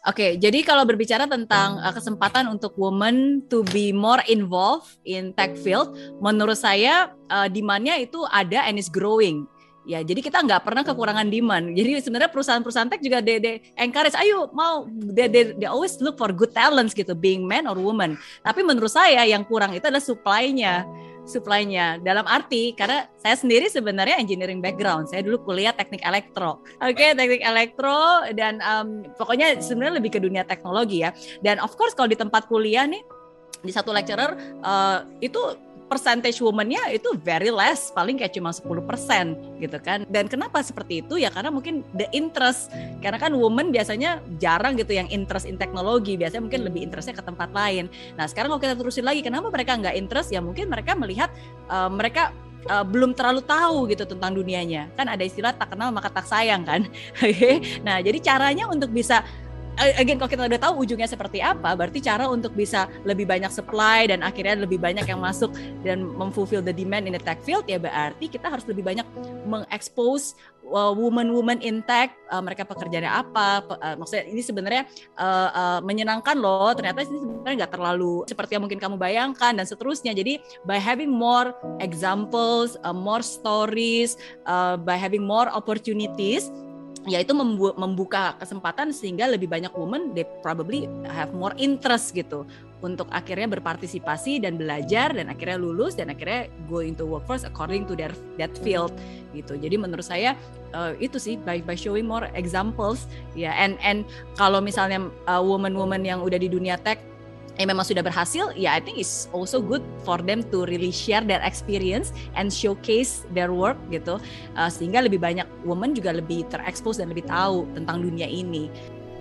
Oke, jadi kalau berbicara tentang kesempatan untuk women to be more involved in tech field, menurut saya demand-nya itu ada and is growing. Ya, jadi kita nggak pernah kekurangan demand. Jadi sebenarnya perusahaan-perusahaan tech juga they encourage, ayo mau they always look for good talents gitu, being man or woman. Tapi menurut saya yang kurang itu adalah supply-nya dalam arti karena saya sendiri sebenarnya engineering background, saya dulu kuliah teknik elektro, teknik elektro dan pokoknya sebenarnya lebih ke dunia teknologi ya. Dan of course kalau di tempat kuliah nih di satu lecturer itu percentage woman-nya itu very less, paling kayak cuma 10% gitu kan. Dan kenapa seperti itu? Ya karena mungkin the interest, karena kan woman biasanya jarang gitu yang interest in teknologi, biasanya mungkin lebih interestnya ke tempat lain. Nah sekarang kalau kita terusin lagi, kenapa mereka nggak interest? Ya mungkin mereka melihat mereka belum terlalu tahu gitu tentang dunianya. Kan ada istilah tak kenal maka tak sayang kan. Nah jadi caranya untuk bisa again kalau kita udah tahu ujungnya seperti apa, berarti cara untuk bisa lebih banyak supply dan akhirnya lebih banyak yang masuk dan memfulfill the demand in the tech field, ya berarti kita harus lebih banyak mengekspos woman in tech, mereka pekerjaannya apa, maksudnya ini sebenarnya menyenangkan loh, ternyata ini sebenarnya nggak terlalu seperti yang mungkin kamu bayangkan dan seterusnya. Jadi by having more examples, more stories, by having more opportunities, yaitu membuka kesempatan sehingga lebih banyak women they probably have more interest gitu untuk akhirnya berpartisipasi dan belajar dan akhirnya lulus dan akhirnya go into workforce according to that field gitu. Jadi menurut saya itu sih by showing more examples ya, and kalau misalnya woman yang udah di dunia tech memang sudah berhasil, ya I think it's also good for them to really share their experience and showcase their work gitu, sehingga lebih banyak women juga lebih terekspos dan lebih tahu tentang dunia ini.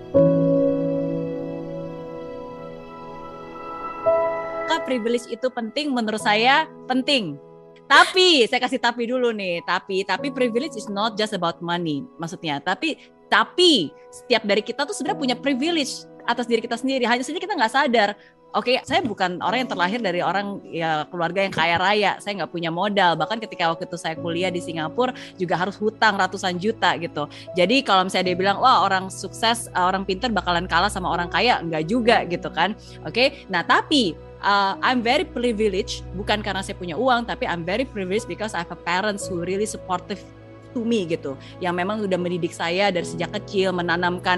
Privilege itu penting, menurut saya penting. Tapi saya kasih tapi dulu nih, tapi privilege is not just about money, maksudnya. Tapi setiap dari kita tuh sebenarnya punya privilege atas diri kita sendiri, hanya saja kita nggak sadar. Oke, saya bukan orang yang terlahir dari orang ya keluarga yang kaya raya, saya nggak punya modal. Bahkan ketika waktu itu saya kuliah di Singapura juga harus hutang ratusan juta gitu. Jadi kalau misalnya dia bilang, wah orang sukses, orang pintar bakalan kalah sama orang kaya, nggak juga gitu kan. Oke, nah tapi I'm very privileged, bukan karena saya punya uang, tapi I'm very privileged because I have a parents who really supportive to me gitu, yang memang sudah mendidik saya dari sejak kecil, menanamkan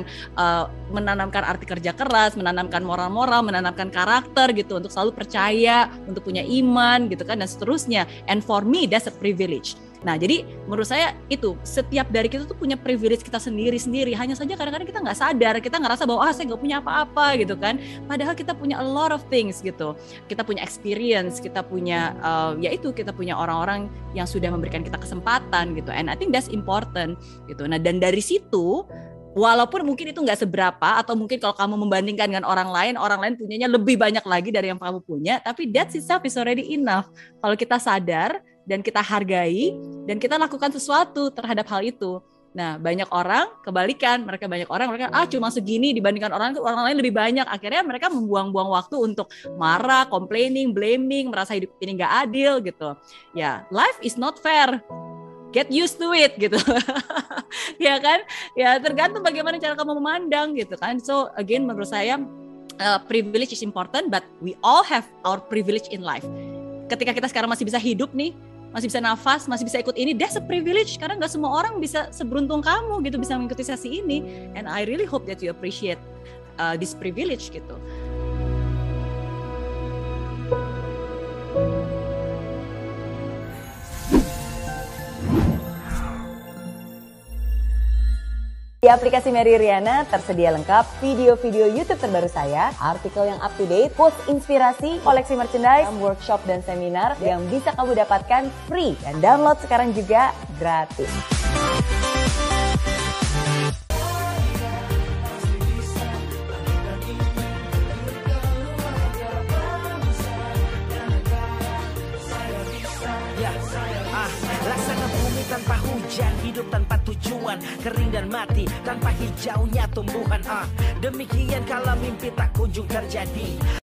arti kerja keras, menanamkan moral-moral, menanamkan karakter gitu, untuk selalu percaya, untuk punya iman gitu kan, dan seterusnya. And for me that's a privilege. Nah jadi menurut saya itu setiap dari kita tuh punya privilege kita sendiri-sendiri, hanya saja kadang-kadang kita nggak sadar, kita ngerasa bahwa saya nggak punya apa-apa gitu kan, padahal kita punya a lot of things gitu, kita punya experience, kita punya kita punya orang-orang yang sudah memberikan kita kesempatan gitu, and I think that's important gitu. Nah dan dari situ, walaupun mungkin itu nggak seberapa, atau mungkin kalau kamu membandingkan dengan orang lain punyanya lebih banyak lagi dari yang kamu punya, tapi that itself is already enough kalau kita sadar dan kita hargai dan kita lakukan sesuatu terhadap hal itu. Nah banyak orang kebalikan, mereka cuma segini dibandingkan orang lain lebih banyak, akhirnya mereka membuang-buang waktu untuk marah, complaining, blaming, merasa hidup ini nggak adil gitu. Ya life is not fair, get used to it gitu. Ya kan, ya tergantung bagaimana cara kamu memandang gitu kan. So again menurut saya privilege is important, but we all have our privilege in life. Ketika kita sekarang masih bisa hidup nih, masih bisa nafas, masih bisa ikut ini, that's a privilege, karena nggak semua orang bisa seberuntung kamu gitu bisa mengikuti sesi ini, and I really hope that you appreciate this privilege gitu. Di aplikasi Mary Riana tersedia lengkap video-video YouTube terbaru saya, artikel yang up to date, post inspirasi, koleksi merchandise, workshop dan seminar yang bisa kamu dapatkan free dan download sekarang juga gratis. Laksana bumi tanpa hujan, hidup tanpa tujuan, kering dan mati tanpa hijaunya tumbuhan. Demikian kalau mimpi tak kunjung terjadi.